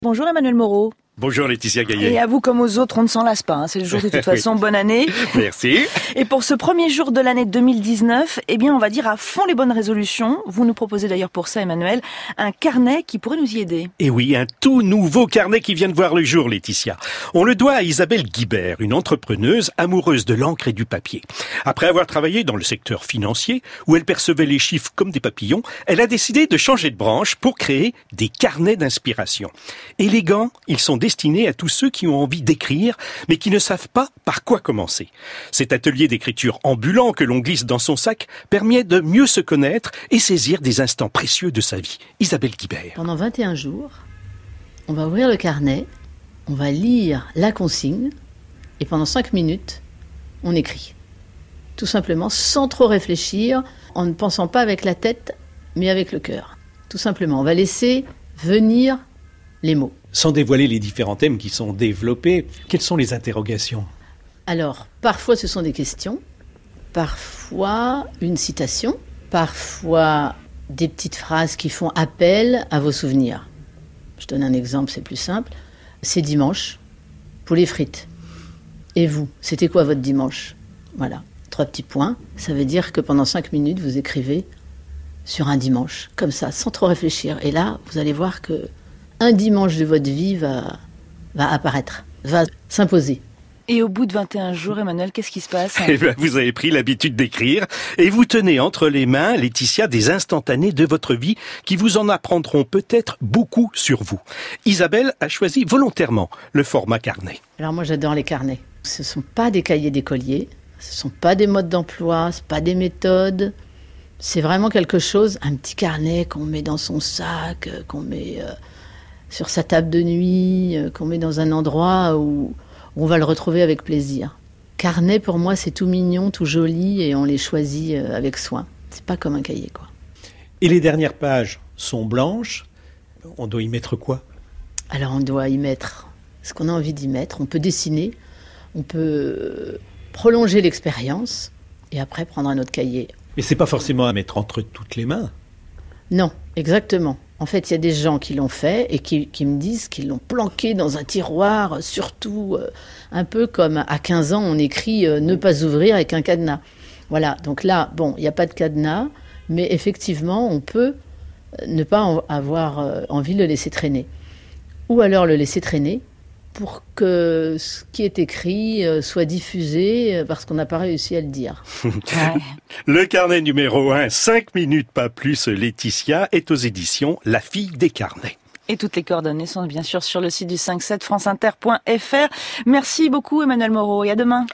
Bonjour Emmanuel Moreau. Bonjour Laetitia Gaillet. Et à vous comme aux autres, on ne s'en lasse pas. C'est le jour de toute façon. Bonne année. Merci. Et pour ce premier jour de l'année 2019, on va dire à fond les bonnes résolutions. Vous nous proposez d'ailleurs pour ça, Emmanuel, un carnet qui pourrait nous y aider. Et oui, un tout nouveau carnet qui vient de voir le jour, Laetitia. On le doit à Isabelle Guibert, une entrepreneuse amoureuse de l'encre et du papier. Après avoir travaillé dans le secteur financier, où elle percevait les chiffres comme des papillons, elle a décidé de changer de branche pour créer des carnets d'inspiration. Élégants, ils sont destinés à tous ceux qui ont envie d'écrire, mais qui ne savent pas par quoi commencer. Cet atelier d'écriture ambulant que l'on glisse dans son sac permet de mieux se connaître et saisir des instants précieux de sa vie. Isabelle Guibert. Pendant 21 jours, on va ouvrir le carnet, on va lire la consigne, et pendant 5 minutes, on écrit. Tout simplement, sans trop réfléchir, en ne pensant pas avec la tête, mais avec le cœur. Tout simplement, on va laisser venir les mots. Sans dévoiler les différents thèmes qui sont développés, quelles sont les interrogations ? Alors, parfois ce sont des questions, parfois une citation, parfois des petites phrases qui font appel à vos souvenirs. Je donne un exemple, c'est plus simple. C'est dimanche, poulet frites. Et vous, c'était quoi votre dimanche ? Voilà, 3 petits points. Ça veut dire que pendant 5 minutes, vous écrivez sur un dimanche, comme ça, sans trop réfléchir. Et là, vous allez voir que un dimanche de votre vie va apparaître, va s'imposer. Et au bout de 21 jours, Emmanuel, qu'est-ce qui se passe ? Vous avez pris l'habitude d'écrire et vous tenez entre les mains, Laetitia, des instantanés de votre vie qui vous en apprendront peut-être beaucoup sur vous. Isabelle a choisi volontairement le format carnet. Alors moi, j'adore les carnets. Ce ne sont pas des cahiers d'écolier, ce ne sont pas des modes d'emploi, ce ne sont pas des méthodes. C'est vraiment quelque chose, un petit carnet qu'on met dans son sac, qu'on met sur sa table de nuit, qu'on met dans un endroit où on va le retrouver avec plaisir. Carnet, pour moi, c'est tout mignon, tout joli, et on les choisit avec soin. C'est pas comme un cahier, quoi. Et les dernières pages sont blanches. On doit y mettre quoi ? Alors, on doit y mettre ce qu'on a envie d'y mettre. On peut dessiner, on peut prolonger l'expérience, et après prendre un autre cahier. Mais c'est pas forcément à mettre entre toutes les mains. Non, exactement. En fait, il y a des gens qui l'ont fait et qui me disent qu'ils l'ont planqué dans un tiroir, surtout un peu comme à 15 ans, on écrit « ne pas ouvrir » avec un cadenas. Voilà, donc là, bon, il n'y a pas de cadenas, mais effectivement, on peut ne pas avoir envie de le laisser traîner. Ou alors le laisser traîner pour que ce qui est écrit soit diffusé parce qu'on n'a pas réussi à le dire. Le carnet numéro 1, 5 minutes pas plus, Laetitia, est aux éditions La Fille des Carnets. Et toutes les coordonnées sont bien sûr sur le site du 57franceinter.fr. Merci beaucoup Emmanuel Moreau et à demain.